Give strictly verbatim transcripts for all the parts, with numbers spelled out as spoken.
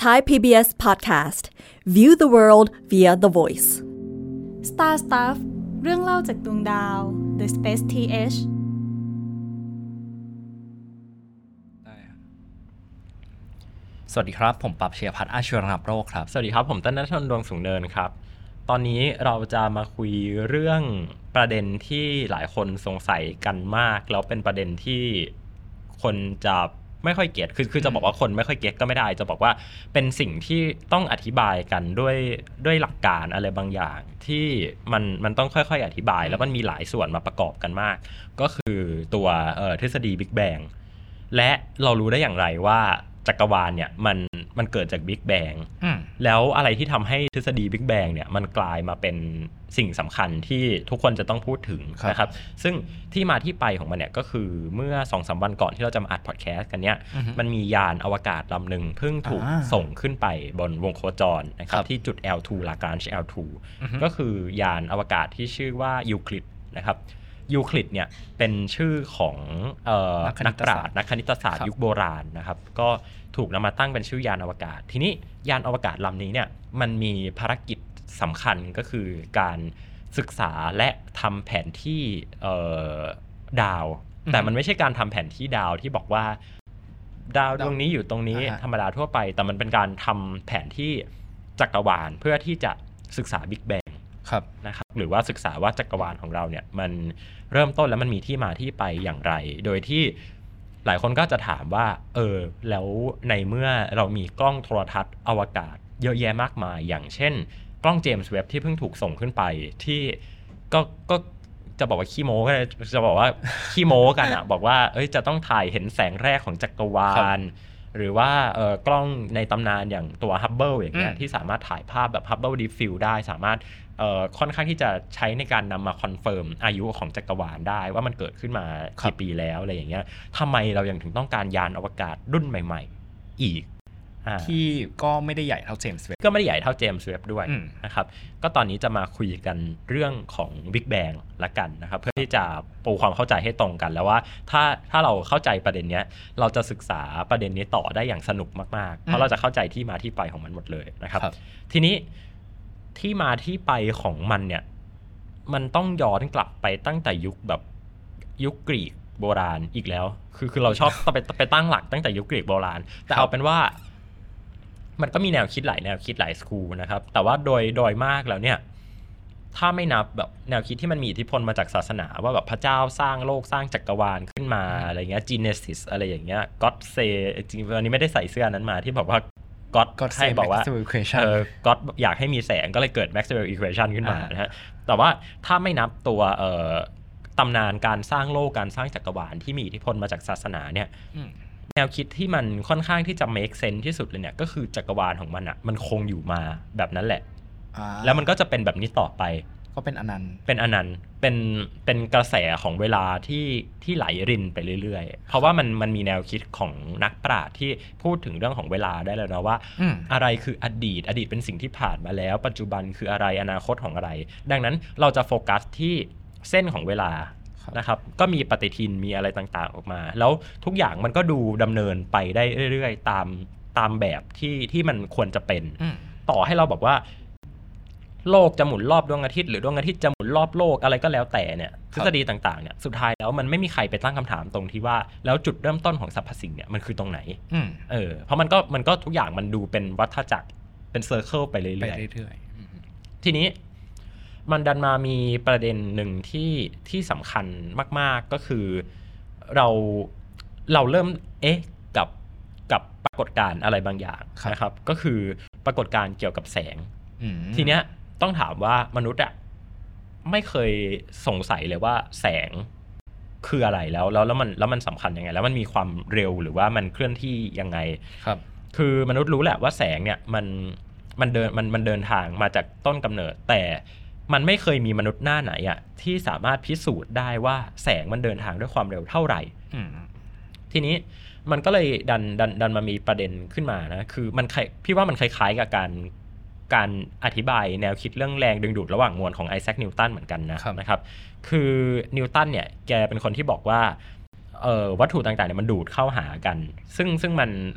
Thai พี บี เอส Podcast View the world via the voice Star Stuff เรื่องเล่าจากดวงดาว The Space ที เอชสวัสดีครับผมปั๊บเชียร์พัฒน์อาชีวรังโรคครับสวัสดีครับผมต้นณัฐนดวงสูงเนินครับตอนนี้เราจะมาคุยเรื่องประเด็นที่หลายคนสงสัยกันมากแล้วเป็นประเด็นที่คนจะไม่ค่อยเก็ทคือคือจะบอกว่าคนไม่ค่อยเก็ทก็ไม่ได้จะบอกว่าเป็นสิ่งที่ต้องอธิบายกันด้วยด้วยหลักการอะไรบางอย่างที่มันมันต้องค่อยๆอธิบายแล้วมันมีหลายส่วนมาประกอบกันมากก็คือตัวเอ่อทฤษฎีบิ๊กแบงและเรารู้ได้อย่างไรว่าจักรวาลเนี่ยมันมันเกิดจากบิ๊กแบงแล้วอะไรที่ทำให้ทฤษฎีบิ๊กแบงเนี่ยมันกลายมาเป็นสิ่งสำคัญที่ทุกคนจะต้องพูดถึงนะครับซึ่งที่มาที่ไปของมันเนี่ยก็คือเมื่อ สองถึงสาม วันก่อนที่เราจะมาอัดพอดแคสต์กันเนี่ยมันมียานอวกาศลำหนึ่งเพิ่งถูกส่งขึ้นไปบนวงโคจรนะครับที่จุด แอล ทู Lagrange แอล ทู ก็คือยานอวกาศที่ชื่อว่ายูคลิดนะครับยูคลิดเนี่ยเป็นชื่อของเอ่อนักปราชญ์นักคณิตศาสตร์ยุคโบราณนะครับก็ถูกนำมาตั้งเป็นชื่อยานอวกาศทีนี้ยานอวกาศลำนี้เนี่ยมันมีภารกิจสำคัญก็คือการศึกษาและทำแผนที่เอ่อดาวแต่มันไม่ใช่การทำแผนที่ดาวที่บอกว่าดาวดวงนี้อยู่ตรงนี้ธรรมดาทั่วไปแต่มันเป็นการทำแผนที่จักรวาลเพื่อที่จะศึกษาบิ๊กแบงนะครับหรือว่าศึกษาว่าจักรวาลของเราเนี่ยมันเริ่มต้นแล้วมันมีที่มาที่ไปอย่างไรโดยที่หลายคนก็จะถามว่าเออแล้วในเมื่อเรามีกล้องโทรทัศน์อวกาศเยอะแยะมากมายอย่างเช่นกล้องเจมส์เว็บที่เพิ่งถูกส่งขึ้นไปที่ก็ก็จะบอกว่าขี้โม้ก็จะบอกว่าขี้โม้กันอ่ะบอกว่าเอ้ยจะต้องถ่ายเห็นแสงแรกของจักรวาลหรือว่าเอ่อกล้องในตำนานอย่างตัว Hubble อย่างเงี้ยที่สามารถถ่ายภาพแบบ Hubble Deep Field ได้สามารถเอ่อค่อนข้างที่จะใช้ในการนำมาคอนเฟิร์มอายุของจักรวาลได้ว่ามันเกิดขึ้นมากี่ปีแล้วอะไรอย่างเงี้ยทำไมเรายังถึงต้องการยานอวกาศรุ่นใหม่ๆอีกที่ก็ไม่ได้ใหญ่เท่าเจมส์เว็บก็ไม่ได้ใหญ่เท่าเจมส์เว็บด้วยนะครับก็ตอนนี้จะมาคุยกันเรื่องของ Big Bang ละกันนะครับเพื่อที่จะปูความเข้าใจให้ตรงกันแล้วว่าถ้าถ้าเราเข้าใจประเด็นนี้เราจะศึกษาประเด็นนี้ต่อได้อย่างสนุกมากๆเพราะเราจะเข้าใจที่มาที่ไปของมันหมดเลยนะครับทีนี้ที่มาที่ไปของมันเนี่ยมันต้องย้อนกลับไปตั้งแต่ยุคแบบยุคกรีกโบราณอีกแล้วคือคือเราชอบไปไปตั้งหลักตั้งแต่ยุคกรีกโบราณแต่เอาเป็นว่ามันก็มีแนวคิดหลายแนวคิดหลายสกูลนะครับแต่ว่าโดยโดยมากแล้วเนี่ยถ้าไม่นับแบบแนวคิดที่มันมีอิทธิพลมาจากศาสนาว่าแบบพระเจ้าสร้างโลกสร้างจักรวาลขึ้นมาอะไรเงี้ย Genesis อะไรอย่างเงี้ย God say จริงๆวันนี้ไม่ได้ใส่เสื้อนั้นมาที่บอกว่าก็อดให้บอกว่าเออก็อดอยากให้มีแสงก็เลยเกิด Maxwell equation ขึ้นมานะฮะแต่ว่าถ้าไม่นับตัวเอ่อตำนานการสร้างโลกการสร้างจักรวาลที่มีอิทธิพลมาจากศาสนาเนี่ยแนวคิดที่มันค่อนข้างที่จะ make sense ที่สุดเลยเนี่ยก็คือจักรวาลของมันอ่ะมันคงอยู่มาแบบนั้นแหละแล้วมันก็จะเป็นแบบนี้ต่อไปก็เป็นอนันต์เป็นอนันต์เป็นเป็นกระแสของเวลาที่ที่ไหลรินไปเรื่อยๆเพราะว่ามันมันมีแนวคิดของนักปราชญ์ที่พูดถึงเรื่องของเวลาได้แล้วนะว่าอะไรคืออดีตอดีตเป็นสิ่งที่ผ่านมาแล้วปัจจุบันคืออะไรอนาคตของอะไรดังนั้นเราจะโฟกัสที่เส้นของเวลานะครับก็มีปฏิทินมีอะไรต่างๆออกมาแล้วทุกอย่างมันก็ดูดำเนินไปได้เรื่อยๆตามตามแบบที่ที่มันควรจะเป็นต่อให้เราบอกว่าโลกจะหมุนรอบดวงอาทิตย์หรือดวงอาทิตย์จะหมุนรอบโลกอะไรก็แล้วแต่เนี่ยทฤษฎีต่างๆเนี่ยสุดท้ายแล้วมันไม่มีใครไปตั้งคำถามตรงที่ว่าแล้วจุดเริ่มต้นของสรรพสิ่งเนี่ยมันคือตรงไหนเออเพราะมันก็มันก็ทุกอย่างมันดูเป็นวัฏจักรเป็นเซอร์เคิลไปเรื่อยๆทีนี้มันดันมามีประเด็นหนึ่งที่ที่สำคัญมากๆก็คือเราเราเริ่มเอ๊ะกับกับปรากฏการณ์อะไรบางอย่างนะครับก็คือปรากฏการณ์เกี่ยวกับแสงทีเนี้ยต้องถามว่ามนุษย์อะไม่เคยสงสัยเลยว่าแสงคืออะไรแล้วแล้วแล้วมันแล้วมันสำคัญยังไงแล้วมันมีความเร็วหรือว่ามันเคลื่อนที่ยังไงครับคือมนุษย์รู้แหละว่าแสงเนี่ยมันมันเดินมันมันเดินทางมาจากต้นกำเนิดแต่มันไม่เคยมีมนุษย์หน้าไหนอ่ะที่สามารถพิสูจน์ได้ว่าแสงมันเดินทางด้วยความเร็วเท่าไหร่ทีนี้มันก็เลยดันดันดันมามีประเด็นขึ้นมานะคือมันพี่ว่ามันคล้ายๆกับการการอธิบายแนวคิดเรื่องแรงดึงดูดระหว่างมวลของไอแซคนิวตันเหมือนกันนะนะครับคือนิวตันเนี่ยแกเป็นคนที่บอกว่าเอ่อวัตถุต่างๆเนี่ยมันดูดเข้าหากันซึ่งซึ่งมัน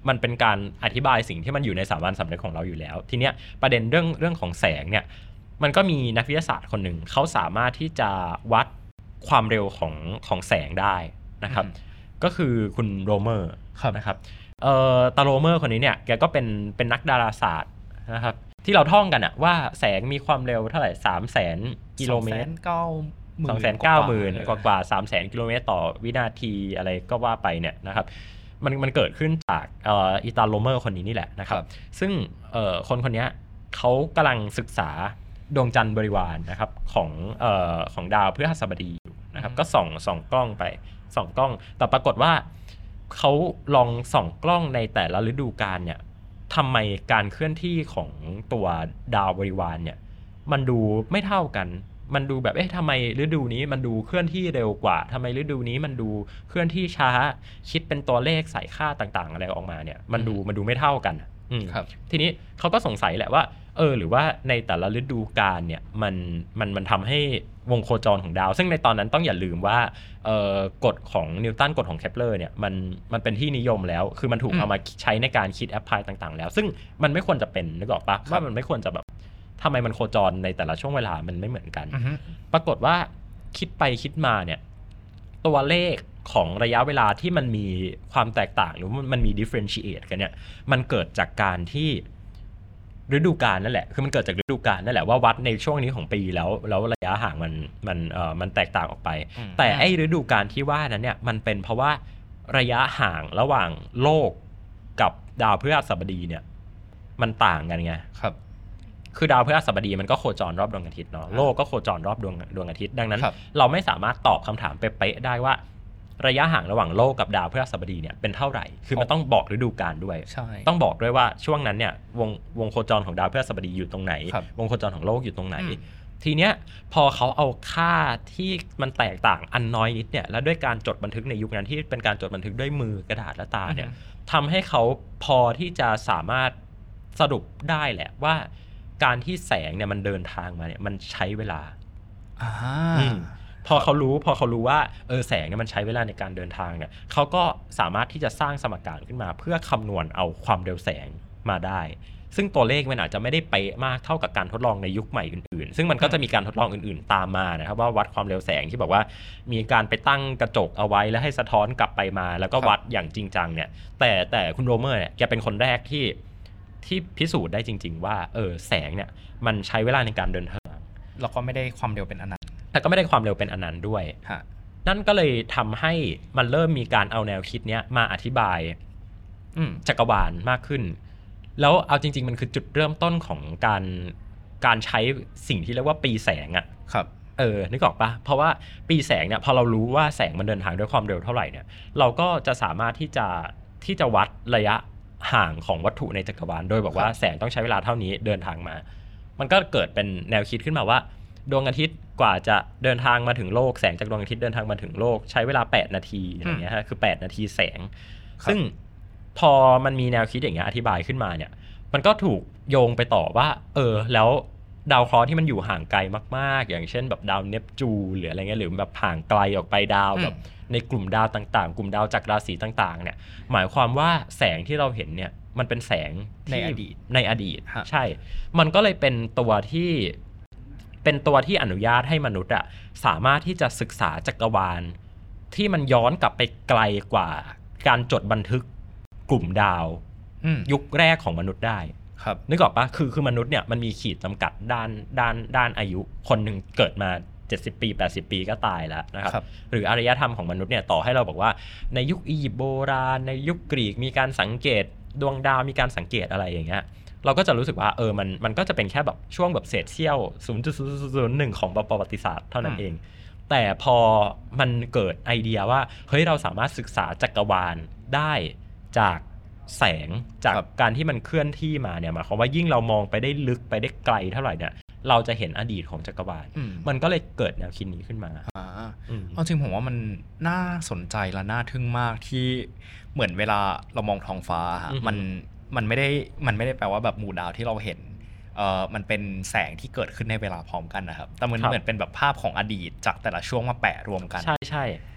มันเป็นการอธิบายสิ่งที่มันอยู่ในสามัญสำนึกของเราอยู่แล้วทีเนี้ยประเด็นเรื่องเรื่องของแสงเนี่ยมันก็มีนักวิทยาศาสตร์คนหนึ่งเขาสามารถที่จะวัดความเร็วของของแสงได้นะครับก็คือคุณโรเมอร์นะครับเอ่อตาโรเมอร์คนนี้เนี่ยแกก็เป็นเป็นนักดาราศาสตร์นะครับที่เราท่องกันอะว่าแสงมีความเร็วเท่าไหร่สามแสนกิโลเมตรสองแสนเก้าหมื่นกว่ากว่าสามแสนกิโลเมตรต่อวินาทีอะไรก็ว่าไปเนี่ยนะครับมันมันเกิดขึ้นจากเอ่ออีตาโรเมอร์คนนี้นี่แหละนะครับซึ่งเอ่อคนคนนี้เขากำลังศึกษาดวงจันทร์บริวารนะครับของเอ่อของดาวพฤหัสบดีอยู่นะครับก็ส่องส่องกล้องไปส่องกล้องแต่ปรากฏว่าเขาลองส่องกล้องในแต่ละฤดูกาลเนี่ยทำไมการเคลื่อนที่ของตัวดาวบริวารเนี่ยมันดูไม่เท่ากันมันดูแบบเอ๊ะทำไมฤดูนี้มันดูเคลื่อนที่เร็วกว่าทำไมฤดูนี้มันดูเคลื่อนที่ช้าคิดเป็นตัวเลขใส่ค่าต่างๆอะไรออกมาเนี่ยมันดูมันดูไม่เท่ากันครับทีนี้เขาก็สงสัยแหละว่าเออหรือว่าในแต่ละฤดูกาลเนี่ยมันมันมันทำให้วงโคจรของดาวซึ่งในตอนนั้นต้องอย่าลืมว่าเอ่อกฎของนิวตันกฎของเคปเลอร์เนี่ยมันมันเป็นที่นิยมแล้วคือมันถูกเอามาใช้ในการคิดแอพพลายต่างๆแล้วซึ่งมันไม่ควรจะเป็นนึกออกปะว่ามันไม่ควรจะแบบทำไมมันโคจรในแต่ละช่วงเวลามันไม่เหมือนกัน uh-huh. ปรากฏว่าคิดไปคิดมาเนี่ยตัวเลขของระยะเวลาที่มันมีความแตกต่างหรือมันมี differentiate กันเนี่ยมันเกิดจากการที่ฤดูกาลนั่นแหละคือมันเกิดจากฤดูกาลนั่นแหละว่าวัดในช่วงนี้ของปีแล้วแล้วระยะห่างมันมันเอ่อมันแตกต่างออกไป uh-huh. แต่ไอ้ฤดูกาลที่ว่านั้นเนี่ยมันเป็นเพราะว่าระยะห่างระหว่างโลกกับดาวพฤหัสบดีเนี่ยมันต่างกันไงครับคือดาวพฤหัสบดีมันก็โคจรรอบดวงอาทิตย์เนาะโลกก็โคจรรอบดวงดวงอาทิตย์ดังนั้นเราไม่สามารถตอบคำถามเป๊ะๆได้ว่าระยะห่างระหว่างโลกกับดาวพฤหัสบดีเนี่ยเป็นเท่าไหร่คือมันต้องบอกฤดูกาลด้วยต้องบอกด้วยว่าช่วงนั้นเนี่ยวงวงโคจรของดาวพฤหัสบดีอยู่ตรงไหนวงโคจรของโลกอยู่ตรงไหนทีเนี้ยพอเขาเอาค่าที่มันแตกต่างอันน้อยนิดเนี่ยแล้วด้วยการจดบันทึกในยุคนั้นที่เป็นการจดบันทึกด้วยมือกระดาษและตาเนี่ยทำให้เขาพอที่จะสามารถสรุปได้แหละว่าการที่แสงเนี่ยมันเดินทางมาเนี่ยมันใช้เวลาอ่าพอเขารู้พอเขารู้ว่าเออแสงเนี่ยมันใช้เวลาในการเดินทางเนี่ยเขาก็สามารถที่จะสร้างสมการขึ้นมาเพื่อคำนวณเอาความเร็วแสงมาได้ซึ่งตัวเลขมันอาจจะไม่ได้เป๊ะมากเท่ากับการทดลองในยุคใหม่อื่นๆซึ่งมันก็จะมีการทดลองอื่นๆตามมานะครับว่าวัดความเร็วแสงที่บอกว่ามีการไปตั้งกระจกเอาไว้แล้วให้สะท้อนกลับไปมาแล้วก็วัดอย่างจริงจังเนี่ยแต่แต่คุณโรเมอร์เนี่ยแกเป็นคนแรกที่ที่พิสูจน์ได้จริงๆว่าเออแสงเนี่ยมันใช้เวลาในการเดินทางแล้วก็ไม่ได้ความเร็วเป็นอนันต์แต่ก็ไม่ได้ความเร็วเป็นอนันต์ด้วยนั่นก็เลยทำให้มันเริ่มมีการเอาแนวคิดเนี้ยมาอธิบายจักรวาลมากขึ้นแล้วเอาจริงๆมันคือจุดเริ่มต้นของการการใช้สิ่งที่เรียกว่าปีแสงอ่ะครับเออนึกออกปะเพราะว่าปีแสงเนี่ยพอเรารู้ว่าแสงมันเดินทางด้วยความเร็วเท่าไหร่เนี่ยเราก็จะสามารถที่จะที่จะวัดระยะห่างของวัตถุในจักรวาลโดยบอกว่าแสงต้องใช้เวลาเท่านี้เดินทางมามันก็เกิดเป็นแนวคิดขึ้นมาว่าดวงอาทิตย์กว่าจะเดินทางมาถึงโลกแสงจากดวงอาทิตย์เดินทางมาถึงโลกใช้เวลาแปดนาทีอะไรเงี้ยฮะคือแปดนาทีแสงซึ่งพอมันมีแนวคิดอย่างเงี้ยอธิบายขึ้นมาเนี่ยมันก็ถูกโยงไปต่อว่าเออแล้วดาวเคราะห์ที่มันอยู่ห่างไกลมากๆอย่างเช่นแบบดาวเนปจูนหรืออะไรเงี้ยหรือแบบห่างไกลออกไปดาวแบบในกลุ่มดาวต่างๆกลุ่มดาวจากราศีต่างๆเนี่ยหมายความว่าแสงที่เราเห็นเนี่ยมันเป็นแสงในอดีตในอดีตใช่มันก็เลยเป็นตัวที่เป็นตัวที่อนุญาตให้มนุษย์อะสามารถที่จะศึกษาจักรวาลที่มันย้อนกลับไปไกลกว่าการจดบันทึกกลุ่มดาวยุคแรกของมนุษย์ได้ครับนึกออกปะคือคือมนุษย์เนี่ยมันมีขีดจำกัดด้านด้านด้านอายุคนหนึ่งเกิดมาเจ็ดสิบปีแปดสิบปีก็ตายแล้วนะครับหรืออารยธรรมของมนุษย์เนี่ยต่อให้เราบอกว่าในยุคอียิปต์โบราณในยุคกรีกมีการสังเกตดวงดาวมีการสังเกตอะไรอย่างเงี้ยเราก็จะรู้สึกว่าเออมันมันก็จะเป็นแค่แบบช่วงแบบเศษเสี้ยว ศูนย์จุดศูนย์ศูนย์หนึ่ง ของประวัติศาสตร์เท่านั้นเองแต่พอมันเกิดไอเดียว่าเฮ้ยเราสามารถศึกษาจักรวาลได้จากแสงจากการที่มันเคลื่อนที่มาเนี่ยหมายความว่ายิ่งเรามองไปได้ลึกไปได้ไกลเท่าไหร่เนี่ยเราจะเห็นอดีตของจักรวาลมันก็เลยเกิดแนวคิดนี้ขึ้นมาอ่าเอาจริงผมว่ามันน่าสนใจและน่าทึ่งมากที่เหมือนเวลาเรามองท้องฟ้ามันมันไม่ได้มันไม่ได้แปลว่าแบบหมู่ดาวที่เราเห็นเอ่อมันเป็นแสงที่เกิดขึ้นในเวลาพร้อมกันนะครับแต่มันเหมือนเป็นแบบภาพของอดีตจากแต่ละช่วงมาแปะรวมกันใช่ใช่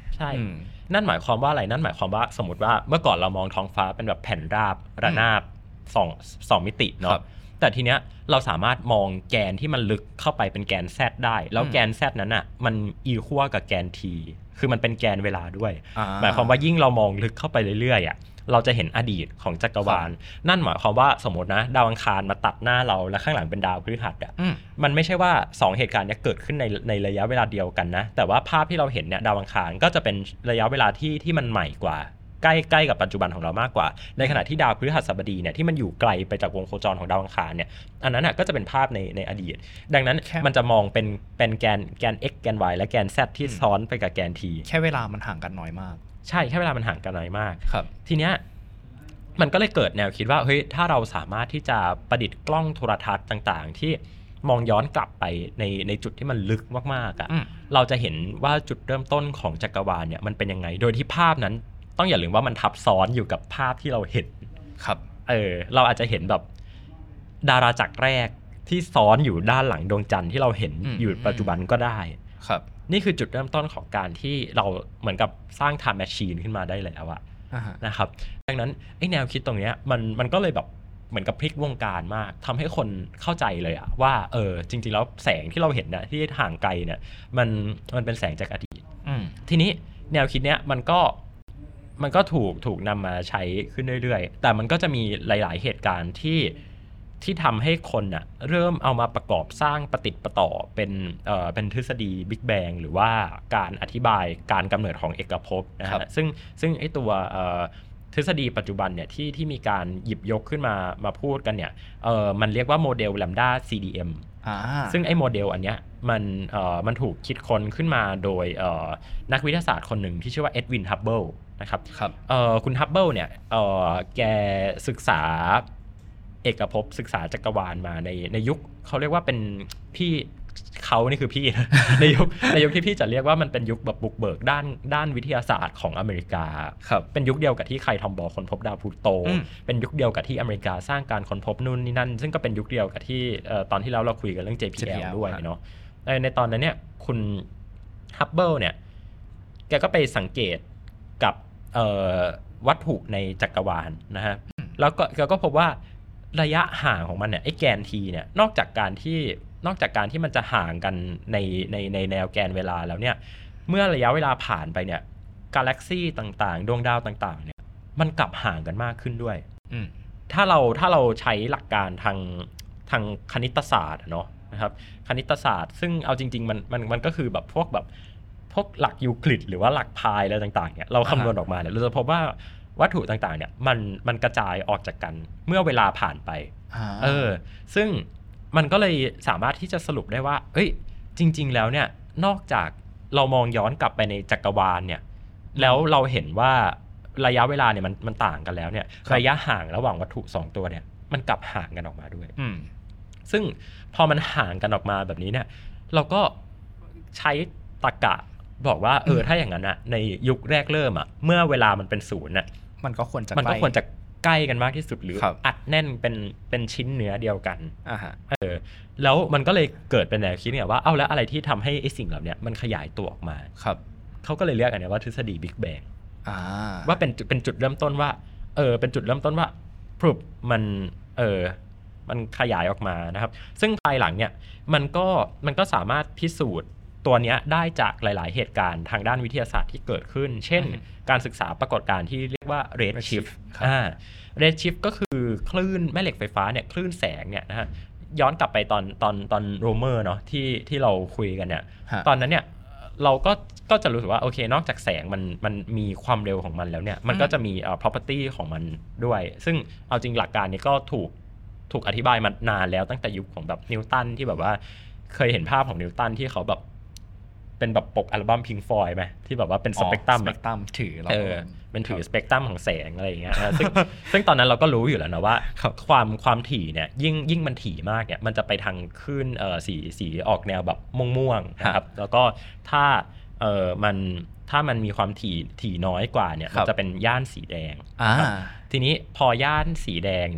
ใช่นั่นหมายความว่าอะไรนั่นหมายความว่าสมมติว่าเมื่อก่อนเรามองท้องฟ้าเป็นแบบแผ่นราบระนาบสองสองมิติเนาะแต่ทีเนี้ยเราสามารถมองแกนที่มันลึกเข้าไปเป็นแกน Z ได้แล้วแกน Z นั้นอ่ะมันอีคั่วกับแกน T คือมันเป็นแกนเวลาด้วยหมายความว่ายิ่งเรามองลึกเข้าไปเรื่อยๆอ่ะเราจะเห็นอดีตของจักรวาลนั่นหมายความว่าสมมตินะดาวอังคารมาตัดหน้าเราแล้วข้างหลังเป็นดาวพฤหัสอ่ะมันไม่ใช่ว่าสองเหตุการณ์นี้เกิดขึ้นในในระยะเวลาเดียวกันนะแต่ว่าภาพที่เราเห็นเนี่ยดาวอังคารก็จะเป็นระยะเวลาที่ที่มันใหม่กว่าใกล้ใกล้กับปัจจุบันของเรามากกว่าในขณะที่ดาวพฤหัสบดีเนี่ยที่มันอยู่ไกลไปจากวงโคจรของดาวอังคารเนี่ยอันนั้นน่ะก็จะเป็นภาพในในอดีตดังนั้นมันจะมองเป็นเป็นแกนแกน x แกน y และแกน z ที่ซ้อนไปกับแกน t แค่เวลามันห่างกันน้อยมากใช่แค่เวลามันห่างกันน้อยมากครับทีเนี้ยมันก็เลยเกิดแนวคิดว่าเฮ้ยถ้าเราสามารถที่จะประดิษฐ์กล้องโทรทัศน์ต่างๆที่มองย้อนกลับไปในในจุดที่มันลึกมากๆอ่ะเราจะเห็นว่าจุดเริ่มต้นของจักรวาลเนี่ยมันเป็นยังไงโดยที่ภาพนั้นต้องอย่าลืมว่ามันทับซ้อนอยู่กับภาพที่เราเห็นครับเออเราอาจจะเห็นแบบดาราจักรแรกที่ซ้อนอยู่ด้านหลังดวงจันทร์ที่เราเห็นอยู่ปัจจุบันก็ได้ครับนี่คือจุดเริ่มต้นของการที่เราเหมือนกับสร้าง time machine ขึ้นมาได้แล้วอะนะครับดังนั้นไอ้แนวคิดตรงนี้มันมันก็เลยแบบเหมือนกับพลิกวงการมากทำให้คนเข้าใจเลยอะว่าเออจริงๆแล้วแสงที่เราเห็นนะที่ห่างไกลเนี่ยมันมันเป็นแสงจากอดีตทีนี้แนวคิดเนี้ยมันก็มันก็ถูกถูกนำมาใช้ขึ้นเรื่อยๆแต่มันก็จะมีหลายๆเหตุการณ์ที่ที่ทำให้คนน่ะเริ่มเอามาประกอบสร้างประติดประต่อเป็นเอ่อเป็นทฤษฎีบิ๊กแบงหรือว่าการอธิบายการกำเนิดของเอกภพนะฮะซึ่งซึ่งไอ้ตัวเอ่อทฤษฎีปัจจุบันเนี่ยที่ที่มีการหยิบยกขึ้นมามาพูดกันเนี่ยเออมันเรียกว่าโมเดล Lambda ซี ดี เอ็ม ซึ่งไอ้โมเดลอันเนี้ยมันเอ่อมันถูกคิดค้นขึ้นมาโดยเอ่อนักวิทยาศาสตร์คนหนึ่งที่ชื่อว่าเอ็ดวิน ฮับเบิลนะครับครับเอ่อคุณฮับเบิลเนี่ยเอ่อแกศึกษาเอกภพศึกษาจักรวาลมาในในยุคเขาเรียกว่าเป็นพี่เขานี่คือพี่ ในยุคในยุคที่พี่จะเรียกว่ามันเป็นยุคแบบบุกเบิกด้านด้านวิทยาศาสตร์ของอเมริกาครับเป็นยุคเดียวกับที่ใครทอมบอลค้นพบดาวพลูโตเป็นยุคเดียวกับที่อเมริกาสร้างการค้นพบนู่นนี่นั่นซึ่งก็เป็นยุคเดียวกับที่เอ่อตอนที่แล้วเราคุยกันเรื่อง เจ พี แอล ด้วยเนาะในในตอนนั้นเนี่ยคุณฮับเบิลเนี่ยแกก็ไปสังเกตกับเอ่อวัตถุในจักรวาลนะฮะแล้วก็แกก็พบว่าระยะห่างของมันเนี่ยไอ้แกน t เนี่ยนอกจากการที่นอกจากการที่มันจะห่างกันในในในแนวแกนเวลาแล้วเนี่ยเมื่อระยะเวลาผ่านไปเนี่ยกาแล็กซี่ต่างๆดวงดาวต่างๆเนี่ยมันกลับห่างกันมากขึ้นด้วยถ้าเราถ้าเราใช้หลักการทางทางคณิตศาสตร์เนาะนะครับคณิตศาสตร์ซึ่งเอาจริงๆมันมันมันก็คือแบบพวกแบบพวกหลักยูคลิดหรือว่าหลักพายอะไรต่างๆเนี่ยเราคำนวณออกมาเนี่ยเราจะพบว่าวัตถุต่างๆเนี่ยมันมันกระจายออกจากกันเมื่อเวลาผ่านไปเออซึ่งมันก็เลยสามารถที่จะสรุปได้ว่าเอ้ยจริงๆแล้วเนี่ยนอกจากเรามองย้อนกลับไปในจักรวาลเนี่ยแล้วเราเห็นว่าระยะเวลาเนี่ยมันมันต่างกันแล้วเนี่ยระยะห่างระหว่างวัตถุสองตัวเนี่ยมันกลับห่างกันออกมาด้วยซึ่งพอมันห่างกันออกมาแบบนี้เนี่ยเราก็ใช้ตรรกะบอกว่าเออถ้าอย่างนั้นอะในยุคแรกเริ่มอะเมื่อเวลามันเป็นศูนย์น่ะมันก็ควรจะมันก็ควรจะใกล้กันมากที่สุดหรืออัดแน่นเป็นเป็นชิ้นเนื้อเดียวกันอ่าฮะเออแล้วมันก็เลยเกิดเป็นแนวคิดเนี่ยว่าเอ้าแล้วอะไรที่ทำให้ไอ้สิ่งเหล่านี้มันขยายตัวออกมาครับเขาก็เลยเรียกอันนี้ว่าทฤษฎีบิ๊กแบงอ่าว่าเป็นเป็นจุดเริ่มต้นว่าเออเป็นจุดเริ่มต้นว่าพรุบมันเออมันขยายออกมานะครับซึ่งภายหลังเนี่ยมันก็มันก็สามารถพิสูจน์ตัวนี้ได้จากหลายๆเหตุการณ์ทางด้านวิทยาศาสตร์ที่เกิดขึ้นเช่นการศึกษาปรากฏการณ์ที่เรียกว่า redshift อ่า redshift ก็คือคลื่นแม่เหล็กไฟฟ้าเนี่ยคลื่นแสงเนี่ยนะฮะย้อนกลับไปตอนตอนตอนโรเมอร์เนาะที่ที่เราคุยกันเนี่ยตอนนั้นเนี่ยเราก็ก็จะรู้สึกว่าโอเคนอกจากแสงมันมันมีความเร็วของมันแล้วเนี่ยมันก็จะมีเอ่อ property ของมันด้วยซึ่งเอาจริงหลักการนี้ก็ถูกถูกอธิบายมานานแล้วตั้งแต่ยุคของแบบนิวตันที่แบบว่าเคยเห็นภาพของนิวตันที่เขาแบบเป็นแบบปกอัลบั้มพิงค์ฟลอยด์ไหมที่แบบว่าเป็นสเปกตรัมสเปกตรัมถือเออเป็นถือสเปกตรัมของแสงอะไรอย่างเงี้ยซึ่งซึ่งตอนนั้นเราก็รู้อยู่แล้วนะว่าความความถี่เนี่ยยิ่งยิ่งมันถี่มากเนี่ยมันจะไปทางคลื่นเอ่อสีสีออกแนวแบบม่วงๆนะครับแล้วก็ถ้าเอ่อมันถ้ามันมีความถี่ถี่น้อยกว่าเนี่ยมันจะเป็นย่านสีแดงอ่าทีนี้พอย่านสีแดงเนี่ย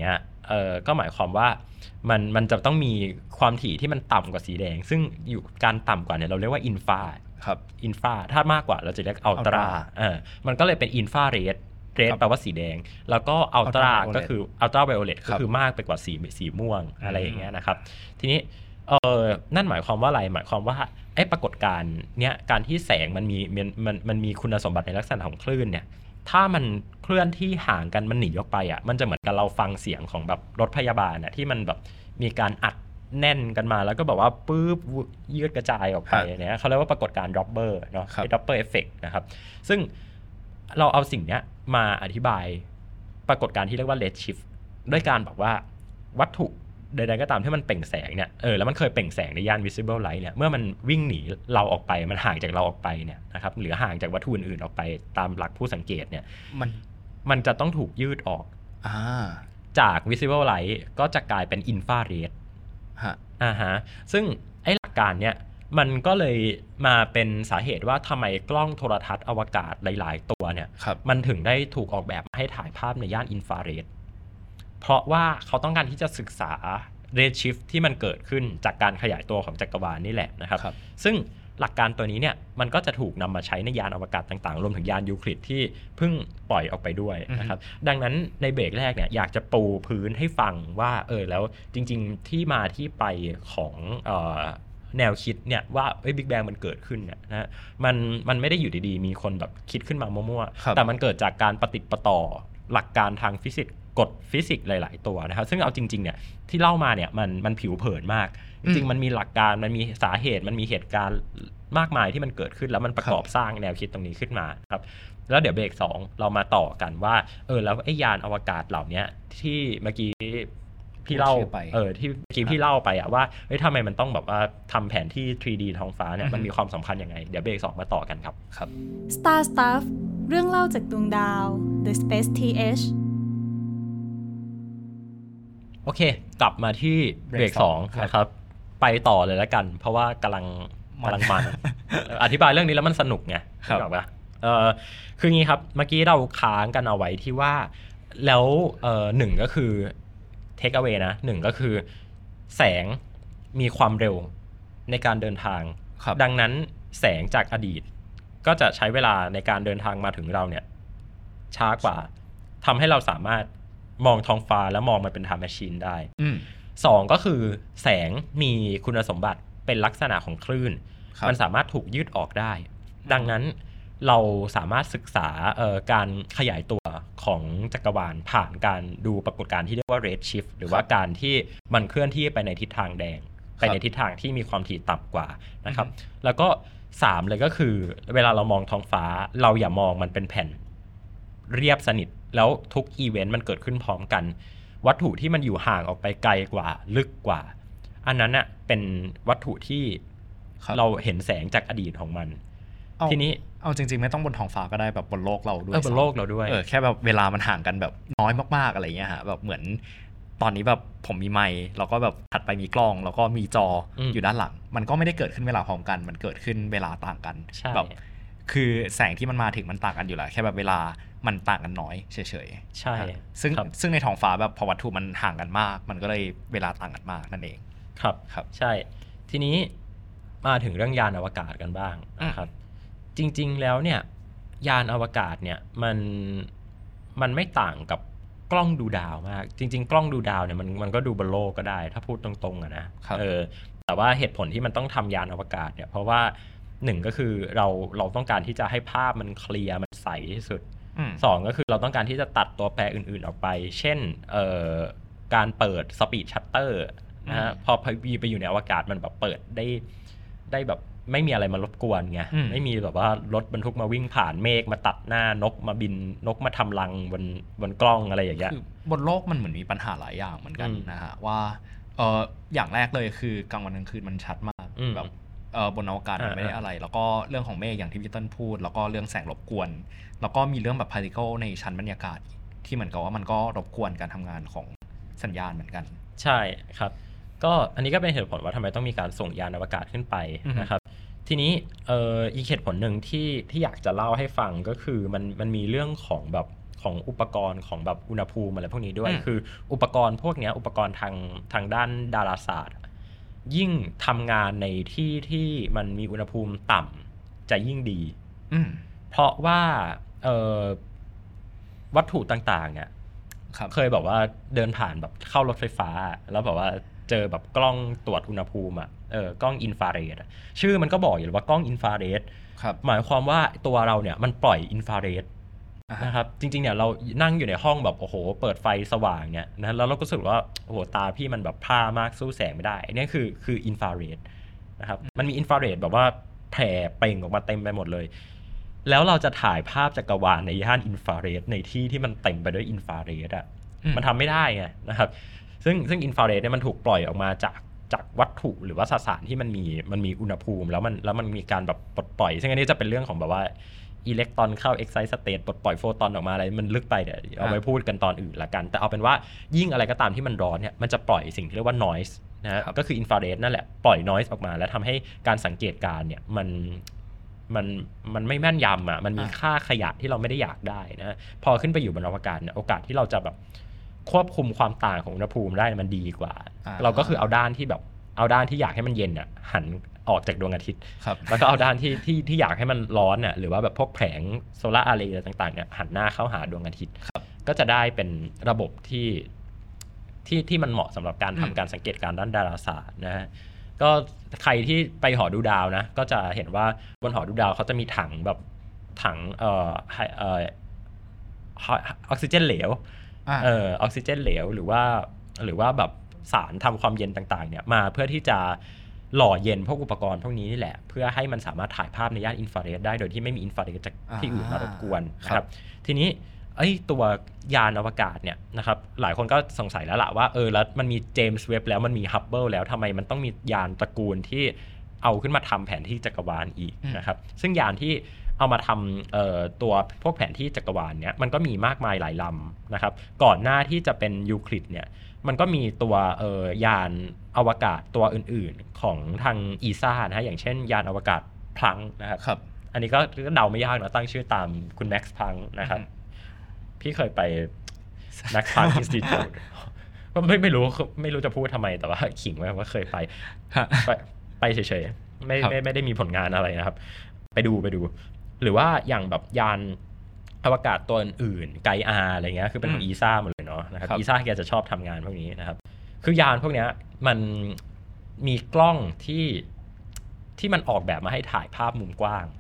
เอ่อก็หมายความว่ามันมันจะต้องมีความถี่ที่มันต่ำกว่าสีแดงซึ่งอยู่การต่ำกว่าเนี่ยเราเรียกว่าอินฟราครับอินฟราถ้ามากกว่าเราจะเรียกอัลตราเออมันก็เลยเป็นอินฟราเรดเรดแปลว่าสีแดงแล้วก็อัลตราก็คืออัลตราไวโอเลตก็คือมากไปกว่าสีสีม่วงอะไรอย่างเงี้ยนะครับทีนี้เออนั่นหมายความว่าอะไรหมายความว่าไอ้ปรากฏการณ์เนี้ยการที่แสงมันมีมันมันมันมีคุณสมบัติในลักษณะของคลื่นเนี่ยถ้ามันเคลื่อนที่ห่างกันมันหนีออกไปอ่ะมันจะเหมือนกับเราฟังเสียงของแบบรถพยาบาลน่ะที่มันแบบมีการอัดแน่นกันมาแล้วก็แบบว่าปื๊บยืดกระจายออกไปเนี่ยเขาเรียกว่าปรากฏการณ์ดรอปเปอร์เนาะดรอปเปอร์เอฟเฟกต์นะครับซึ่งเราเอาสิ่งเนี้ยมาอธิบายปรากฏการณ์ที่เรียกว่าเรดชิฟต์ด้วยการบอกว่าวัตถุใดๆก็ตามที่มันเปล่งแสงเนี่ยเออแล้วมันเคยเปล่งแสงในย่าน visible light เนี่ยเมื่อมันวิ่งหนีเราออกไปมันห่างจากเราออกไปเนี่ยนะครับหรือห่างจากวัตถุอื่นๆออกไปตามหลักผู้สังเกตเนี่ยมันมันจะต้องถูกยืดออกอ่าจาก visible light ก็จะกลายเป็น infrared ฮะอ่าฮะซึ่งไอ้หลักการเนี่ยมันก็เลยมาเป็นสาเหตุว่าทำไมกล้องโทรทัศน์อวกาศหลายๆตัวเนี่ยมันถึงได้ถูกออกแบบให้ถ่ายภาพในย่านอินฟราเรดเพราะว่าเขาต้องการที่จะศึกษา redshift ที่มันเกิดขึ้นจากการขยายตัวของจักรวาลนี่แหละนะครับซึ่งหลักการตัวนี้เนี่ยมันก็จะถูกนำมาใช้ในยานอวกาศต่างๆรวมถึงยานยูคลิดที่เพิ่งปล่อยออกไปด้วยนะครับดังนั้นในเบรกแรกเนี่ยอยากจะปูพื้นให้ฟังว่าเออแล้วจริงๆที่มาที่ไปของเอ่อแนวคิดเนี่ยว่าเอ้ยบิ๊กแบงมันเกิดขึ้นเนี่ยนะมันมันไม่ได้อยู่ดีๆมีคนแบบคิดขึ้นมามั่วๆแต่มันเกิดจากการปฏิติดประต่อหลักการทางฟิสิกส์กฎฟิสิกส์หลายๆตัวนะครับซึ่งเอาจริงๆเนี่ยที่เล่ามาเนี่ยมันมันผิวเผินมากจริงๆมันมีหลักการมันมีสาเหตุมันมีเหตุการณ์มากมายที่มันเกิดขึ้นแล้วมันประกอบสร้างแนวคิดตรงนี้ขึ้นมาครับแล้วเดี๋ยวเบรกสองเรามาต่อกันว่าเออแล้วไอ้ยานอวกาศเหล่านี้ที่เมื่อกี้พี่เล่าเออที่เมื่อกี้พี่เล่าไปอะว่าเฮ้ยทำไมมันต้องแบบว่าทำแผนที่ ทรี ดี ท้องฟ้าเนี่ยมันมีความสำคัญยังไงเดี๋ยวเบรกสองมาต่อกันครับครับ Star Stuff เรื่องเล่าจากดวงดาว The Space ที เอชโอเคกลับมาที่เบรกสองนะครับไปต่อเลยแล้วกันเพราะว่ากำลังกำลังมัน อธิบายเรื่องนี้แล้วมันสนุกไงครับป่ะเออคืองี้ครับเมื่อกี้เราค้างกันเอาไว้ที่ว่าแล้วเอ่อหนึ่งก็คือเทคเอาไว้นะหนึ่งก็คือแสงมีความเร็วในการเดินทางดังนั้นแสงจากอดีตก็จะใช้เวลาในการเดินทางมาถึงเราเนี่ยช้ากว่าทำให้เราสามารถมองท้องฟ้าแล้วมองมันเป็นไทม์แมชชีนได้สองก็คือแสงมีคุณสมบัติเป็นลักษณะของคลื่นมันสามารถถูกยืดออกได้ดังนั้นเราสามารถศึกษาการขยายตัวของจักรวาลผ่านการดูปรากฏการณ์ที่เรียกว่า red shift หรือว่าการที่มันเคลื่อนที่ไปในทิศทางแดงไปในทิศทางที่มีความถี่ต่ำกว่านะครับแล้วก็สามเลยก็คือเวลาเรามองท้องฟ้าเราอย่ามองมันเป็นแผ่นเรียบสนิทแล้วทุกอีเวนต์มันเกิดขึ้นพร้อมกันวัตถุที่มันอยู่ห่างออกไปไกลกว่าลึกกว่าอันนั้นน่ะเป็นวัตถุที่เราเห็นแสงจากอดีตของมันทีนี้เอาจริงๆไม่ต้องบนท้องฟ้าก็ได้แบบบนโลกเราด้วยเออบนโลกเราด้วยเออแค่แบบเวลามันห่างกันแบบน้อยมากๆอะไรเงี้ยฮะแบบเหมือนตอนนี้แบบผมมีไมค์แล้วก็แบบถัดไปมีกล้องแล้วก็มีจออยู่ด้านหลังมันก็ไม่ได้เกิดขึ้นเวลาพร้อมกันมันเกิดขึ้นเวลาต่างกันแบบคือแสงที่มันมาถึงมันต่างกันอยู่แหละแค่แบบเวลามันต่างกันน้อยเฉยๆใช่ซึ่งซึ่งในท้องฟ้าแบบพอวัตถุมันห่างกันมากมันก็เลยเวลาต่างกันมากนั่นเองครับครับใช่ทีนี้มาถึงเรื่องยานอวกาศกันบ้างนะครับจริงๆแล้วเนี่ยยานอวกาศเนี่ยมันมันไม่ต่างกับกล้องดูดาวมากจริงๆกล้องดูดาวเนี่ยมันมันก็ดูบนโลกก็ได้ถ้าพูดตรงๆอะนะเออแต่ว่าเหตุผลที่มันต้องทำยานอวกาศเนี่ยเพราะว่าหนึ่งก็คือเราเราต้องการที่จะให้ภาพมันเคลียร์มันใสที่สุดสองก็คือเราต้องการที่จะตัดตัวแปรอื่นๆออกไปเช่นเอ่อการเปิดสปีดชัตเตอร์นะฮะพอพีไปอยู่ในอวกาศมันแบบเปิดได้ได้แบบไม่มีอะไรมารบกวนไงไม่มีแบบว่ารถบรรทุกมาวิ่งผ่านเมฆมาตัดหน้านกมาบินนกมาทำรังบนบนกล้องอะไรอย่างเงี้ยบนโลกมันเหมือนมีปัญหาหลายอย่างเหมือนกันนะฮะว่าเอออย่างแรกเลยคือกลางวันกลางคืนมันชัดมากแบบเออบนอวกาศมันไม่ได้อะไรแล้วก็เรื่องของเมฆอย่างที่พี่ต้นพูดแล้วก็เรื่องแสงรบกวนแล้วก็มีเรื่องแบบพาร์ติเคิลในชั้นบรรยากาศที่เหมือนกับว่ามันก็รบกวนการทำงานของสัญญาณเหมือนกันใช่ครับก็อันนี้ก็เป็นเหตุผลว่าทำไมต้องมีการส่งยานอวกาศขึ้นไปนะครับทีนี้เอ่ออีกเหตุผลหนึ่งที่ที่อยากจะเล่าให้ฟังก็คือมันมันมีเรื่องของแบบของอุปกรณ์ของแบบอุณหภูมิอะไรพวกนี้ด้วยอืมคืออุปกรณ์พวกเนี้ยอุปกรณ์ทางทางด้านดาราศาสตร์ยิ่งทำงานในที่ที่มันมีอุณหภูมิต่ำจะยิ่งดีอืมเพราะว่าเอ่อวัตถุต่างๆเนี่ยเคยแบบว่าเดินผ่านแบบเข้ารถไฟฟ้าแล้วแบบว่าเจอแบบกล้องตรวจอุณหภูมิอ่ะเออกล้องอินฟราเรดชื่อมันก็บอกอยู่ว่ากล้องอินฟราเรดหมายความว่าตัวเราเนี่ยมันปล่อยอินฟราเรดนะครับจริงๆเนี่ยเรานั่งอยู่ในห้องแบบโอ้โหเปิดไฟสว่างเนี่ยนะแล้วเราก็รู้สึกว่าโอ้โหตาพี่มันแบบพร่ามากสู้แสงไม่ได้อันนี้คือคืออินฟราเรดนะครับมันมีอินฟราเรดแบบว่าแผ่เปล่งออกมาเต็มไปหมดเลยแล้วเราจะถ่ายภาพจักรวาลในย่านอินฟราเรดในที่ที่มันเต็มไปด้วยอินฟราเรดอ่ะมันทำไม่ได้ไงนะครับซึ่งซึ่งอินฟราเรดเนี่ยมันถูกปล่อยออกมาจากจากวัตถุหรือว่าสสารที่มันมีมันมีอุณหภูมิแล้วมันแล้วมันมีการแบบปลดปล่อยซึ่งอันนี้จะเป็นเรื่องของแบบว่าอิเล็กตรอนเข้าเอ็กไซต์สเตทปลดปล่อยโฟตอนออกมาอะไรมันลึกไปเดี๋ยวเอาไว้พูดกันตอนอื่นละกันแต่เอาเป็นว่ายิ่งอะไรก็ตามที่มันร้อนเนี่ยมันจะปล่อยสิ่งที่เรียกว่า noise นะฮะก็คืออินฟราเรดนั่นแหละปล่อย noise ออกมาแล้วทำให้การสังเกตการณ์เนี่ยมันมันมันไม่แม่นยำอ่ะมันมีค่าขยะที่เราไม่ได้อยากได้นะพอขึ้นไปอยู่บนอวกาศเนี่ยโอกาสที่เราจะแบบควบคุมความต่างของอุณหภูมิได้มันดีกว่าเราก็คือเอาด้านที่แบบเอาด้านที่อยากให้มันเย็นอ่ะหันออกจากดวงอาทิตย์แล้วก็เอาด้านที่ที่ที่อยากให้มันร้อนอ่ะหรือว่าแบบพวกแผงโซลาร์อาร์เรย์ต่างๆเนี่ยหันหน้าเข้าหาดวงอาทิตย์ก็จะได้เป็นระบบที่ที่ที่มันเหมาะสำหรับการทำการสังเกตการณ์ด้านดาราศาสตร์นะฮะก็ใครที่ไปหอดูดาวนะก็จะเห็นว่าบนหอดูดาวเขาจะมีถังแบบถังเอ่อเอ่อออกซิเจนเหลวเอ่อออกซิเจนเหลวหรือว่าหรือว่าแบบสารทำความเย็นต่างๆเนี่ยมาเพื่อที่จะหล่อเย็นพวกอุปกรณ์พวกนี้นี่แหละเพื่อให้มันสามารถถ่ายภาพในย่านอินฟราเรดได้โดยที่ไม่มีอินฟราเรดจากที่อื่นมารบกวนนะครับทีนี้ไอ้ตัวยานอวกาศเนี่ยนะครับหลายคนก็สงสัยแล้วล่ะว่าเออแล้วมันมีเจมส์เว็บแล้วมันมีฮับเบิลแล้วทำไมมันต้องมียานตระกูลที่เอาขึ้นมาทำแผนที่จักรวาลอีกนะครับซึ่งยานที่เอามาทำเอ่อตัวพวกแผนที่จักรวาลเนี่ยมันก็มีมากมายหลายลำนะครับก่อนหน้าที่จะเป็นยูคลิดเนี่ยมันก็มีตัวเอ่อยานอวกาศตัวอื่นๆของทางอีซ่านะฮะอย่างเช่นยานอวกาศพลังนะครับอันนี้ก็เดาไม่ยากนะตั้งชื่อตามคุณแม็กซ์พลังนะครับพี่เคยไป Max Planck Institute ก็ไม่ไม่รู้ไม่รู้จะพูดทำไมแต่ว่าขิงไว้ว่าเคยไปไปไปเฉยๆไม่ไม่ไม่ได้มีผลงานอะไรนะครับไปดูไปดูหรือว่าอย่างแบบยานอวกาศตัวอื่นไกอาอะไรเงี้ยคือเป็นของอีซ่าหมดเลยเนาะนะครับอีซ่าแกจะชอบทำงานพวกนี้นะครับคือยานพวกเนี้ยมันมีกล้องที่ที่มันออกแบบมาให้ถ่ายภาพมุมกว้าง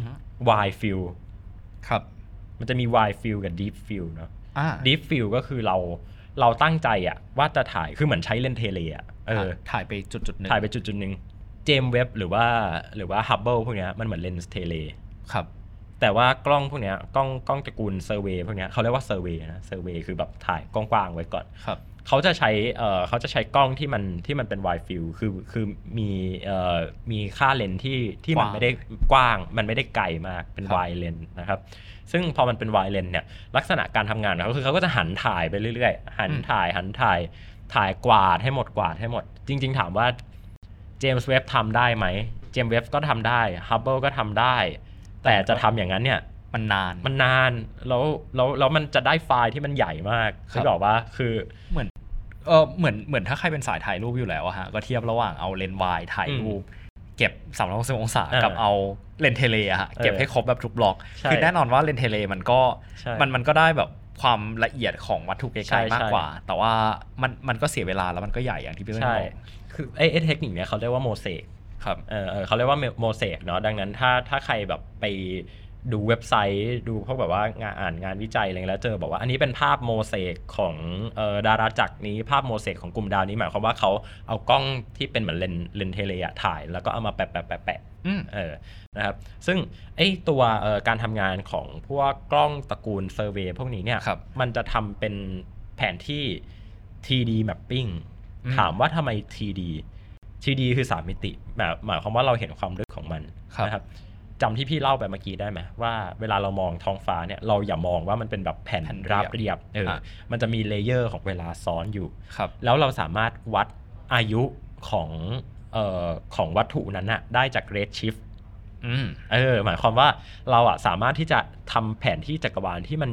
wide field ครับมันจะมี wide field กับ deep field เนาะ deep field ก็คือเราเราตั้งใจอะว่าจะถ่ายคือเหมือนใช้เลนส์เทเลอะเออถ่ายไปจุดจุดนึงถ่ายไปจุดจุดนึงเจมส์เว็บหรือว่าหรือว่าฮับเบิลพวกเนี้ยมันเหมือนเลนส์เทเลครับแต่ว่ากล้องพวกเนี้ยกล้องกล้องตระกูลเซอร์เวย์พวกเนี้ยเขาเรียกว่าเซอร์เวย์นะเซอร์เวย์คือแบบถ่ายกว้างๆไว้ก่อนครับเขาจะใช้เอ่อเขาจะใช้กล้องที่มันที่มันเป็น wide field คือคือมีเอ่อมีค่าเลนส์ที่ที่มันไม่ได้กว้างมันไม่ได้ไกลมากเป็น wide lens นะครับซึ่งพอมันเป็น wide lens เนี่ยลักษณะการทำงานของเขาคือเขาก็จะหันถ่ายไปเรื่อยๆหันถ่ายหันถ่ายถ่ายกวาดให้หมดกวาดให้หมดจริงๆถามว่าเจมส์เว็บทำได้ไหมเจมส์เว็บก็ทำได้ฮับเบิลก็ทำได้แต่จะทำอย่างนั้นเนี่ยมันนานมันนานแล้วแล้วแล้วมันจะได้ไฟล์ที่มันใหญ่มากคือบอกว่าคือเหมือนเออเหมือนเหมือนถ้าใครเป็นสายถ่ายรูปอยู่แล้วอะฮะก็เทียบระหว่างเอาเลนส์วายถ่ายรูปเก็บสามร้อยหกสิบองศากับเอาเลนส์เทเลอะฮะเก็บให้ครบแบบทุกบล็อกคือแน่นอนว่าเลนส์เทเลมันก็มันมันก็ได้แบบความละเอียดของวัตถุไกลๆมากกว่าแต่ว่ามันมันก็เสียเวลาแล้วมันก็ใหญ่อย่างที่พี่เล่นบอกคือไอ้เทคนิคเนี้ยเขาเรียกว่าโมเสกครับเออเขาเรียกว่าโมเสกเนาะดังนั้นถ้าถ้าใครแบบไปดูเว็บไซต์ดูพวกแบบว่างานอ่านงานวิจัยอะไรแล้วเจอบอกว่าอันนี้เป็นภาพโมเสกของเอ่อดาราจักรนี้ภาพโมเสกของกลุ่มดาวนี้หมายความว่าเขาเอากล้องที่เป็นเหมือนเลนเลนเทเลอะถ่ายแล้วก็เอามาแปะแปะแปะแปะเออนะครับซึ่งไอ้ตัวเอ่อการทำงานของพวกกล้องตระกูลเซอร์เวย์พวกนี้เนี่ยมันจะทำเป็นแผนที่ ทรี ดี mapping ถามว่าทำไม ทรี ดี ทรี ดี คือสามมิติแบบหมายความว่าเราเห็นความลึกของมันนะครับจำที่พี่เล่าไปเมื่อกี้ได้ไหมว่าเวลาเรามองท้องฟ้าเนี่ยเราอย่ามองว่ามันเป็นแบบแผ่นราบเรียบเออมันจะมีเลเยอร์ของเวลาซ้อนอยู่แล้วเราสามารถวัดอายุของเอ่อของวัตถุนั้นน่ะได้จาก redshift อืมเออหมายความว่าเราอ่ะสามารถที่จะทำแผนที่จักรวาลที่มัน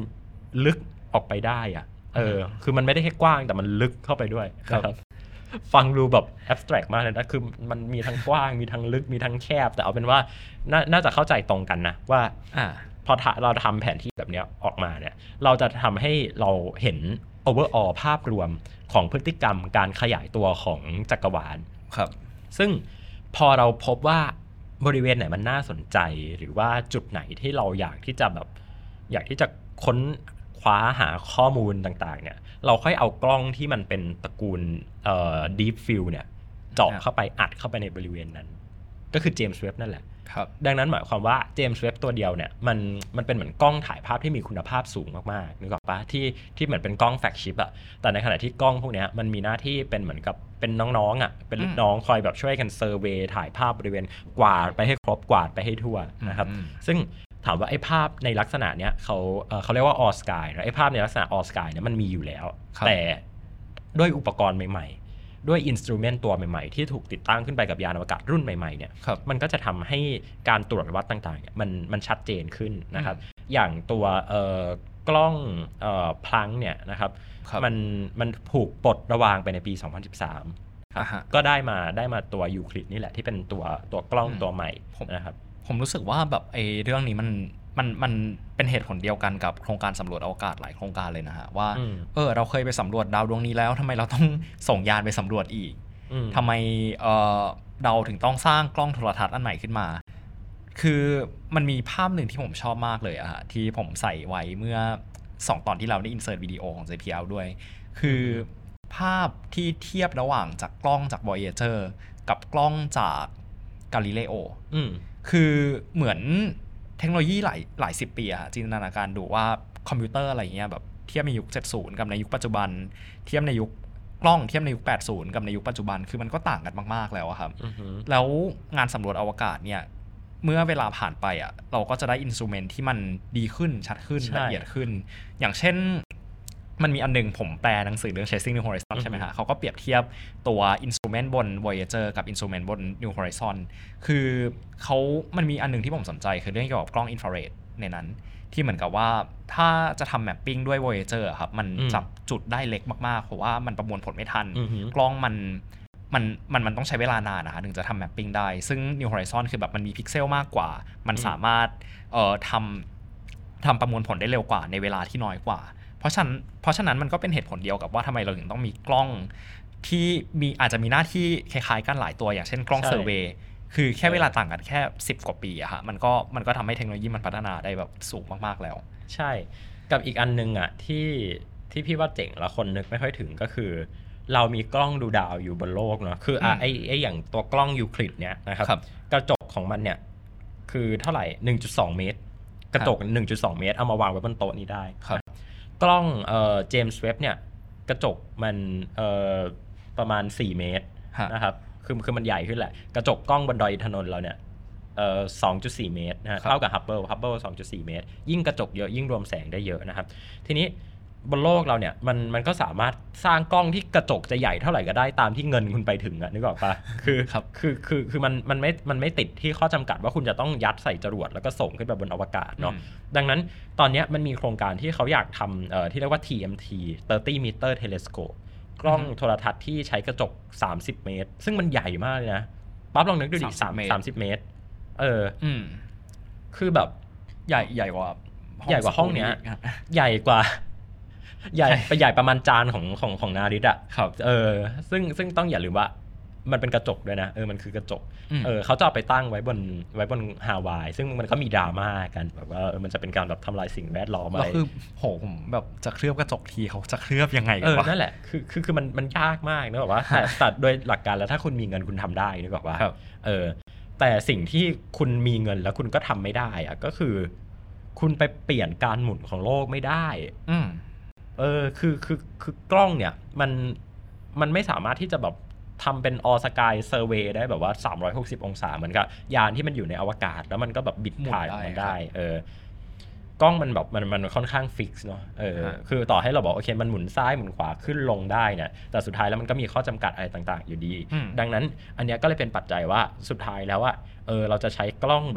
ลึกออกไปได้อ่ะเออคือมันไม่ได้แค่กว้างแต่มันลึกเข้าไปด้วยครับฟังดูแบบแอบสแตรกมากเลยนะคือมันมีทั้งกว้างมีทั้งลึกมีทั้งแคบแต่เอาเป็นว่าน่า, น่าจะเข้าใจตรงกันนะว่าอ่าพอเราทำแผนที่แบบนี้ออกมาเนี่ยเราจะทำให้เราเห็น overall ภาพรวมของพฤติกรรมการขยายตัวของจักรวาลครับซึ่งพอเราพบว่าบริเวณไหนมันน่าสนใจหรือว่าจุดไหนที่เราอยากที่จะแบบอยากที่จะค้นคว้าหาข้อมูลต่างๆเนี่ยเราค่อยเอากล้องที่มันเป็นตระกูลเอ่อ deep field เนี่ยเจาะเข้าไปอัดเข้าไปในบริเวณนั้นก็คือเจมส์เว็บนั่นแหละครับดังนั้นหมายความว่าเจมส์เว็บตัวเดียวเนี่ยมันมันเป็นเหมือนกล้องถ่ายภาพที่มีคุณภาพสูงมากๆนึกออกปะที่ที่เหมือนเป็นกล้องแฟลกชิปอะแต่ในขณะที่กล้องพวกนี้มันมีหน้าที่เป็นเหมือนกับเป็นน้องๆอะเป็นน้องคอยแบบช่วยกันเซอร์เวย์ถ่ายภาพบริเวณกวาดไปให้ครบกวาดไปให้ทั่วนะครับซึ่งถามว่าไอ้ภาาพในลักษณะเนี้ยเขาเอ่อเขาเรียกว่า all sky นะไอ้ภาพในลักษณะ all sky เนี่ยมันมีอยู่แล้วแต่ด้วยอุปกรณ์ใหม่ๆด้วยอินสตรูเมนต์ตัวใหม่ๆที่ถูกติดตั้งขึ้นไปกับยานอวกาศรุ่นใหม่ๆเนี่ยมันก็จะทำให้การตรวจวัดต่างๆเนี่ยมันมันชัดเจนขึ้นนะครับอย่างตัวเอ่อกล้องเอ่อพลังเนี่ยนะครับมันมันถูกปลดระวางไปในปีสองพันสิบสามครับก็ได้มาได้มาตัวยูคลิดนี่แหละที่เป็นตัวตัวกล้องตัวใหม่นะครับผมรู้สึกว่าแบบไอ้เรื่องนี้มันมันมันเป็นเหตุผลเดียวกันกับโครงการสำรวจอวกาศหลายโครงการเลยนะฮะว่าเออเราเคยไปสำรวจดาวดวงนี้แล้วทำไมเราต้องส่งยานไปสำรวจอีกทำไมเออเราถึงต้องสร้างกล้องโทรทัศน์อันใหม่ขึ้นมาคือมันมีภาพหนึ่งที่ผมชอบมากเลยอะฮะที่ผมใส่ไว้เมื่อสองตอนที่เราได้อินเสิร์ตวิดีโอของ เจ พี แอล ด้วยคือภาพที่เทียบระหว่างจากกล้องจาก Voyager กับกล้องจาก Galileo คือเหมือนเทคโนโลยีหลายหลายสิบปีอะจินตนาการดูว่าคอมพิวเตอร์อะไรเงี้ยแบบเทียบในยุคเจ็ดสิบกับในยุคปัจจุบันเทียบในยุคกล้องเทียบในยุคแปดสิบกับในยุคปัจจุบันคือมันก็ต่างกันมากๆแล้วครับ uh-huh. แล้วงานสำรวจอวกาศเนี่ยเมื่อเวลาผ่านไปอ่ะเราก็จะได้อินสตรูเมนต์ที่มันดีขึ้นชัดขึ้นละเอียดขึ้นอย่างเช่นมันมีอันนึงผมแปลหนังสือเรื่อง Chasing New Horizon ใช่ไหมฮะเขาก็เปรียบเทียบตัวอินสตรูเมนต์บน Voyager กับอินสตรูเมนต์บน New Horizon คือเขามันมีอันนึงที่ผมสนใจคือเรื่องเกี่ยวกับกล้องอินฟราเรดในนั้นที่เหมือนกับว่าถ้าจะทำแมปปิ้งด้วย Voyager ครับมันจับจุดได้เล็กมากๆเพราะว่ามันประมวลผลไม่ทันกล้องมันมันมันมันต้องใช้เวลานานนะคะถึงจะทำแมปปิ้งได้ซึ่ง New Horizon คือแบบมันมีพิกเซลมากกว่ามันสามารถเอ่อทำทำประมวลผลได้เร็วกว่าในเวลาที่น้อยกว่าเพราะฉะนั้นเพราะฉะนั้นมันก็เป็นเหตุผลเดียวกับว่าทำไมเราถึงต้องมีกล้องที่มีอาจจะมีหน้าที่คล้ายๆกันหลายตัวอย่างเช่นกล้องเซอร์เวย์คือแค่เวลาต่างกันแค่สิบกว่าปีอะฮะมันก็มันก็ทำให้เทคโนโลยีมันพัฒนาได้แบบสูงมากๆแล้วใช่กับอีกอันนึงอะที่ที่พี่ว่าเจ๋งแล้วคนนึกไม่ค่อยถึงก็คือเรามีกล้องดูดาวอยู่บนโลกเนาะคืออ่ะไอ้ไอ้อย่างตัวกล้องยูคลิดเนี่ยนะครับกระจกของมันเนี่ยคือเท่าไหร่ หนึ่งจุดสอง เมตรกระจก หนึ่งจุดสอง เมตรเอามาวางไว้บนโต๊ะนี้ได้กล้องเอ่อเจมส์เว็บเนี่ยกระจกมันเอ่อประมาณสี่เมตรนะครับคือคือมันใหญ่ขึ้นแหละกระจกกล้องบนดอยอินทนนท์เราเนี่ยเอ่อ สองจุดสี่ เมตรนะเท่ากับฮับเบิลฮับเบิล สองจุดสี่ เมตรยิ่งกระจกเยอะยิ่งรวมแสงได้เยอะนะครับทีนี้บนโลกเราเนี่ยมันมันก็สามารถสร้างกล้องที่กระจกจะใหญ่เท่าไหร่ก็ได้ตามที่เงินคุณไปถึงอะนึกออกปะคือคือคือคือมันมันไม่มันไม่ติดที่ข้อจำกัดว่าคุณจะต้องยัดใส่จรวดแล้วก็ส่งขึ้นไปบนอวกาศเนาะดังนั้นตอนนี้มันมีโครงการที่เขาอยากทำเอ่อที่เรียกว่า ที เอ็ม ที thirty meter telescope กล้องโทรทัศน์ที่ใช้กระจกสามสิบเมตรซึ่งมันใหญ่มากเลยนะปั๊บลองนึกดูดิสามสิบเมตรเอออืมคือแบบใหญ่ใหญ่กว่าใหญ่กว่าห้องเนี้ยใหญ่กว่าใหญ่ไปใหญ่ประมาณจานของของของนาริตอ่ะครับเออซึ่งซึ่งต้องอย่าลืมว่ามันเป็นกระจกด้วยนะเออมันคือกระจกเออเขาจะเอาไปตั้งไว้บนไว้บนฮาวายซึ่งมันก็มีดราม่ากันแบบว่าเออมันจะเป็นการแบบทำลายสิ่งแวดล้อมอะไรแล้วคือโหผมแบบจะเคลือบกระจกทีเขาจะเคลือบยังไงเออนั่นแหละคือคือคือมันมันยากมากนะแบบว่าแต่แต่โดยหลักการแล้วถ้าคุณมีเงินคุณทำได้นึกออกว่าเออแต่สิ่งที่คุณมีเงินแล้วคุณก็ทำไม่ได้อะก็คือคุณไปเปลี่ยนการหมุนของโลกไม่ได้อืมเออคือคือคือกล้องเนี่ยมันมันไม่สามารถที่จะแบบทำเป็น all sky survey ได้แบบว่าสามร้อยหกสิบองศาเหมือนกับยานที่มันอยู่ในอวกาศแล้วมันก็แบบบิดถ่ายมันได้เออกล้องมันแบบมันมันค่อนข้างฟิกซ์เนาะเออคือต่อให้เราบอกโอเคมันหมุนซ้ายหมุนขวาขึ้นลงได้เนี่ยแต่สุดท้ายแล้วมันก็มีข้อจำกัดอะไรต่างๆอยู่ดีดังนั้นอันนี้ก็เลยเป็นปัจจัยว่าสุดท้ายแล้วว่าเออเราจะใช้กล้องแบบ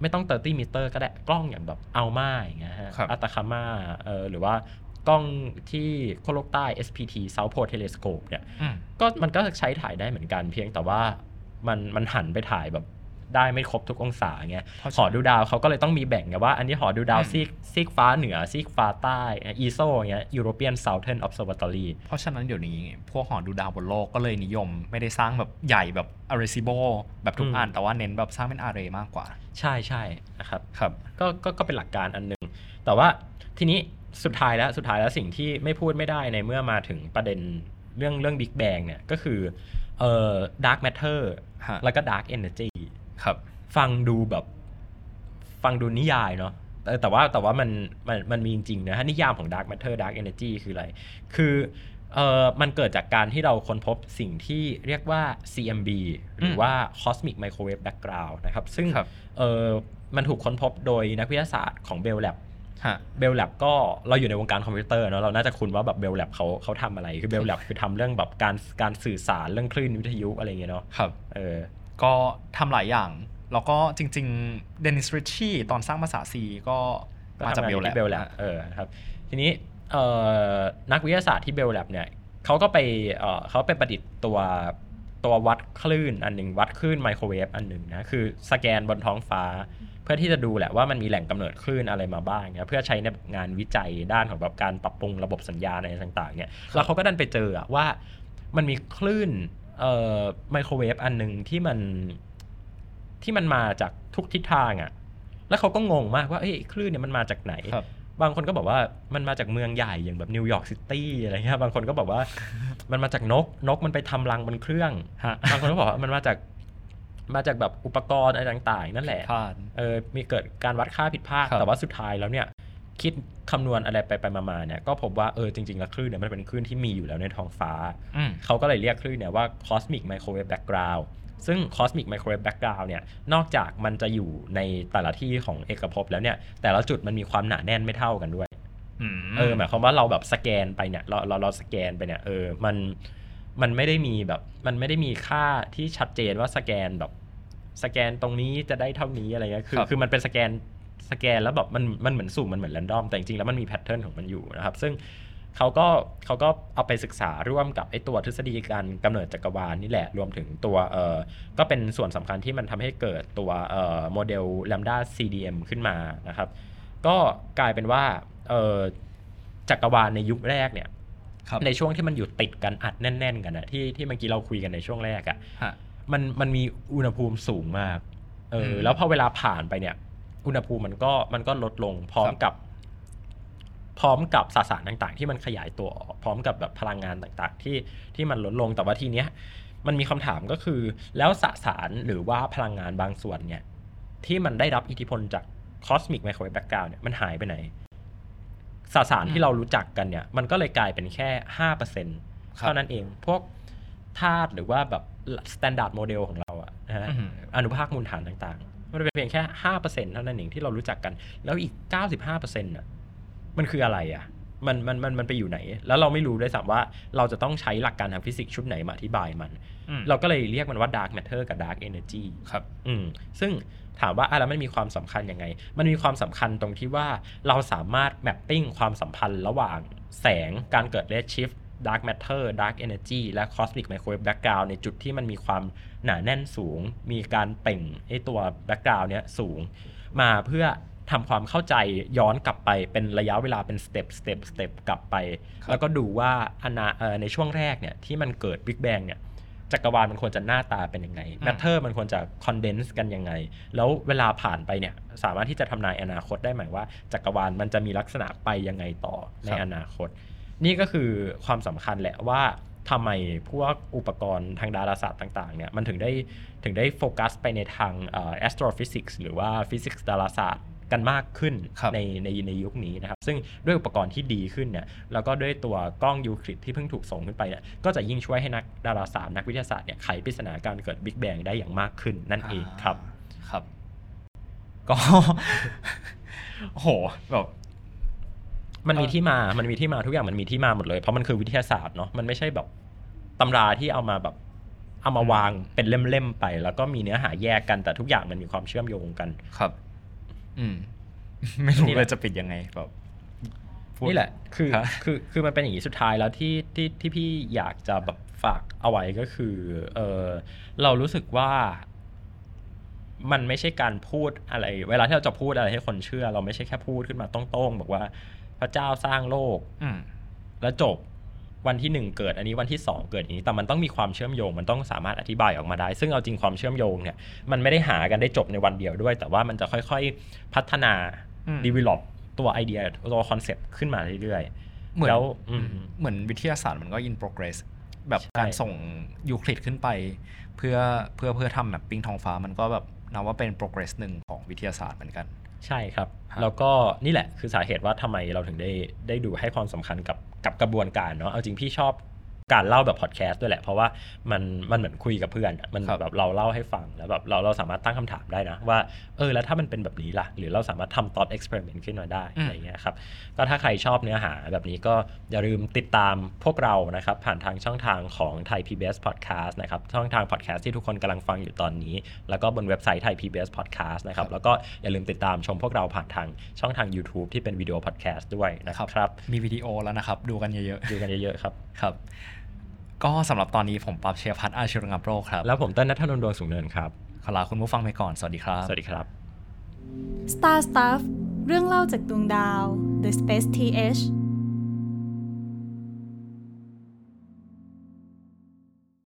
ไม่ต้องสามสิบมิเตอร์ก็ได้กล้องอย่างแบบอัลมาอย่างเงี้ยฮะอัตาคามาเออหรือว่ากล้องที่ขั้วโลกใต้ เอส พี ที South Pole Telescope เนี่ยก็มันก็ใช้ถ่ายได้เหมือนกันเพียงแต่ว่ามันมันหันไปถ่ายแบบได้ไม่ครบทุกองศาเงี้ยหอดูดาวเขาก็เลยต้องมีแบ่งไงว่าอันนี้หอดูดาวซีกซีกฟ้าเหนือซีกฟ้าใต้ อี เอส โอ เงี้ย European Southern Observatory เพราะฉะนั้นเดี๋ยวนี้พวกหอดูดาวบนโลกก็เลยนิยมไม่ได้สร้างแบบใหญ่แบบ Arecibo แบบทุกอันแต่ว่าเน้นแบบสร้างเป็น array มากกว่าใช่ใช่นะครับครับก็ก็ก็เป็นหลักการอันนึงแต่ว่าทีนี้สุดท้ายแล้วสุดท้ายแล้วสิ่งที่ไม่พูดไม่ได้ในเมื่อมาถึงประเด็นเรื่องเรื่อง Big Bang เนี่ยก็คือเอ่อ Dark Matter แล้วก็ Dark Energy ครับฟังดูแบบฟังดูนิยายเนาะแต่แต่ว่าแต่ว่ามันมันมันมีจริงๆนะฮะนิยามของ Dark Matter Dark Energy คืออะไรคือเอ่อมันเกิดจากการที่เราค้นพบสิ่งที่เรียกว่า ซี เอ็ม บี หรือว่า Cosmic Microwave Background นะครับซึ่งเอ่อมันถูกค้นพบโดยนักวิทยาศาสตร์ของ Bell Lab Bell Lab ก็เราอยู่ในวงการคอมพิวเตอร์เนาะเราน่าจะคุ้นว่าแบบ Bell Lab เขาเขาทำอะไรคือ Bell Lab คือทำเรื่องแบบการการสื่อสารเรื่องคลื่นวิทยุอะไรอย่างเงี้ยเนาะครับเออก็ทำหลายอย่างแล้วก็จริงๆเดนิสริชชี่ตอนสร้างภาษา C ก็มาจาก Bell Lab Bell Lab เออครับทีนี้เอ่อนักวิทยาศาสตร์ที่ Bell Lab เนี่ยเขาก็ไปเอ่อเขาไปประดิษฐ์ตัวตัววัดคลื่นอันนึงวัดคลื่นไมโครเวฟอันนึงนะคือสแกนบนท้องฟ้าเพื่อที่จะดูแหละว่ามันมีแหล่งกำเนิดคลื่นอะไรมาบ้างเนี่ยเพื่อใช้ในงานวิจัยด้านของแบบการปรับปรุงระบบสัญญาณอะไรต่างๆเนี่ยแล้วเขาก็ดันไปเจอว่ามันมีคลื่นเอ่อไมโครเวฟอันนึงที่มันที่มันมาจากทุกทิศทางอ่ะแล้วเขาก็งงมากว่าเอ้ยคลื่นเนี่ยมันมาจากไหนบางคนก็บอกว่ามันมาจากเมืองใหญ่อย่างแบบนิวยอร์กซิตี้อะไรเงี้ยบางคนก็บอกว่ามันมาจากนกนกมันไปทำรังบนเครื่องบางคนก็บอกว่ามันมาจากมาจากแบบอุปกรณ์อะไรต่างๆนั่นแหละเออมีเกิดการวัดค่าผิดพลาดแต่ว่าสุดท้ายแล้วเนี่ยคิดคำนวณอะไรไปไปมาๆเนี่ยก็พบว่าเออจริงๆแล้วคลื่นเนี่ยมันเป็นคลื่นที่มีอยู่แล้วในท้องฟ้าเขาก็เลยเรียกคลื่นเนี่ยว่า Cosmic Microwave Background ซึ่ง Cosmic Microwave Background เนี่ยนอกจากมันจะอยู่ในแต่ละที่ของเอกภพแล้วเนี่ยแต่ละจุดมันมีความหนาแน่นไม่เท่ากันด้วยเออหมายความว่าเราแบบสแกนไปเนี่ยเราเราเราสแกนไปเนี่ยเออมันมันไม่ได้มีแบบมันไม่ได้มีค่าที่ชัดเจนว่าสแกนแบบสแกนตรงนี้จะได้เท่านี้อะไรเงี้ยคือคือมันเป็นสแกนสแกนแล้วแบบมันมันเหมือนสุ่มมันเหมือนแรนดอมแต่จริงๆแล้วมันมีแพทเทิร์นของมันอยู่นะครับซึ่งเขาก็เขาก็เอาไปศึกษาร่วมกับไอ้ตัวทฤษฎีการกำเนิดจักรวาลนี่แหละรวมถึงตัวเอ่อก็เป็นส่วนสำคัญที่มันทำให้เกิดตัวเอ่อโมเดล Lambda ซี ดี เอ็ม ขึ้นมานะครับก็กลายเป็นว่าเอ่อจักรวาลในยุคแรกเนี่ยในช่วงที่มันอยู่ติดกันอัดแน่นๆกันนะที่ที่เมื่อกี้เราคุยกันในช่วงแรกอ่ะมันมันมีอุณหภูมิสูงมากเออแล้วพอเวลาผ่านไปเนี่ยอุณหภูมิมันก็มันก็ลดลงพร้อมกับพร้อมกับสสารต่างๆที่มันขยายตัวออกพร้อมกับแบบพลังงานต่างๆที่ที่มันลดลงแต่ว่าทีเนี้ยมันมีคำถามก็คือแล้วสสารหรือว่าพลังงานบางส่วนเนี่ยที่มันได้รับอิทธิพลจาก Cosmic Microwave Background เนี่ยมันหายไปไหนสสารที่เรารู้จักกันเนี่ยมันก็เลยกลายเป็นแค่ ห้าเปอร์เซ็นต์ เท่านั้นเองพวกธาตุหรือว่าแบบ standard model ของเราอะนะฮะอนุภาคมูลฐานต่างๆมันเป็นเพียงแค่ ห้าเปอร์เซ็นต์ เท่านั้นเองที่เรารู้จักกันแล้วอีก เก้าสิบห้าเปอร์เซ็นต์ น่ะมันคืออะไรอ่ะมันมันมันมันไปอยู่ไหนแล้วเราไม่รู้ด้วยซ้ำว่าเราจะต้องใช้หลักการทางฟิสิกส์ชุดไหนมาอธิบายมันเราก็เลยเรียกมันว่า Dark Matter กับ Dark Energy ครับอืมซึ่งถามว่าอะไรมันมีความสำคัญยังไงมันมีความสำคัญตรงที่ว่าเราสามารถแมปปิ้งความสัมพันธ์ระหว่างแสงการเกิด redshift Dark Matter Dark Energy และ Cosmic Microwave Background ในจุดที่มันมีความหนาแน่นสูงมีการเปล่งไอ้ตัว background เนี้ยสูงมาเพื่อทำความเข้าใจย้อนกลับไปเป็นระยะเวลาเป็นสเต็ปสเต็ปสเต็ปกลับไปแล้วก็ดูว่าอนาเอ่อในช่วงแรกเนี่ยที่มันเกิด Big Bang เนี่ยจักรวาลมันควรจะหน้าตาเป็นยังไง Matter มันควรจะ condense กันยังไงแล้วเวลาผ่านไปเนี่ยสามารถที่จะทำนายอนาคตได้ไหมว่าจักรวาลมันจะมีลักษณะไปยังไงต่อในอนาคตนี่ก็คือความสำคัญแหละว่าทำไมพวกอุปกรณ์ทางดาราศาสตร์ต่างๆเนี่ยมันถึงได้ถึงได้โฟกัสไปในทางเอ่อ astrophysics หรือว่า physics ดาราศาสตร์กันมากขึ้นในในในยุคนี้นะครับซึ่งด้วยอุปกรณ์ที่ดีขึ้นเนี่ยแล้วก็ด้วยตัวกล้องยูคลิดที่เพิ่งถูกส่งขึ้นไปเนี่ยก็จะยิ่งช่วยให้นักดาราศาสตร์นักวิทยาศาสตร์เนี่ยไขปริศนาการเกิด Big Bang ได้อย่างมากขึ้นนั่นเองครับครับก็โหแบบมันมีที่มามันมีที่มาทุกอย่างมันมีที่มาหมดเลยเพราะมันคือวิทยาศาสตร์เนาะมันไม่ใช่แบบตำราที่เอามาแบบเอามาวางเป็นเล่มๆไปแล้วก็มีเนื้อหาแยกกันแต่ทุกอย่างมันมีความเชื่อมโยงกันครับอืมไม่รู้เลยจะปิดยังไงแบบนี่แหละคือคือคือมันเป็นอย่างนี้สุดท้ายแล้วที่ที่ที่พี่อยากจะแบบฝากเอาไว้ก็คือเออเรารู้สึกว่ามันไม่ใช่การพูดอะไรเวลาที่เราจะพูดอะไรให้คนเชื่อเราไม่ใช่แค่พูดขึ้นมาต้องๆบอกว่าพระเจ้าสร้างโลกแล้วจบวันที่หนึ่งเกิดอันนี้วันที่สองเกิดอย่างนี้แต่มันต้องมีความเชื่อมโยงมันต้องสามารถอธิบายออกมาได้ซึ่งเอาจริงความเชื่อมโยงเนี่ยมันไม่ได้หากันได้จบในวันเดียวด้วยแต่ว่ามันจะค่อยๆพัฒนา develop ตัวไอเดียตัวคอนเซ็ปต์ขึ้นมาเรื่อยๆเหมือนแล้วเหมือนวิทยาศาสตร์มันก็ in progress แบบการส่งยูคลิดขึ้นไปเพื่อเพื่อเพื่อทำแบบปิ้งท้องฟ้ามันก็แบบนับว่าเป็น progress หนึ่งของวิทยาศาสตร์เหมือนกันใช่ครับแล้วก็นี่แหละคือสาเหตุว่าทำไมเราถึงได้ได้ดูให้ความสำคัญกับกับกระบวนการเนาะเอาจริงพี่ชอบการเล่าแบบพอดแคสต์ด้วยแหละเพราะว่ามันมันเหมือนคุยกับเพื่อนมันแบบเราเล่าให้ฟังแล้วแบบเราเราสามารถตั้งคำถามได้นะว่าเออแล้วถ้ามันเป็นแบบนี้ล่ะหรือเราสามารถทำ thought experiment ขึ้นมาได้อะไรเงี้ยครับก็ถ้าใครชอบเนื้อหาแบบนี้ก็อย่าลืมติดตามพวกเรานะครับผ่านทางช่องทางของ Thai พี บี เอส Podcast นะครับช่องทาง podcast ที่ทุกคนกำลังฟังอยู่ตอนนี้แล้วก็บนเว็บไซต์ Thai พี บี เอส Podcast นะครับแล้วก็อย่าลืมติดตามชมพวกเราผ่านทางช่องทาง YouTube ที่เป็นวิดีโอ podcast ด้วยนะครับมีวิดีโอแล้วนะครับดูกันเยอะๆดูกันเยอะๆครับครับก็สำหรับตอนนี้ผมปั๊บเชียร์พัฒน์อาชิรงับโรคครับแล้วผมเต้นณัฐนนท์ดวงสูงเนินครับขอลาคุณผู้ฟังไปก่อนสวัสดีครับสวัสดีครับ Star Stuff เรื่องเล่าจากดวงดาว The Space ที เอช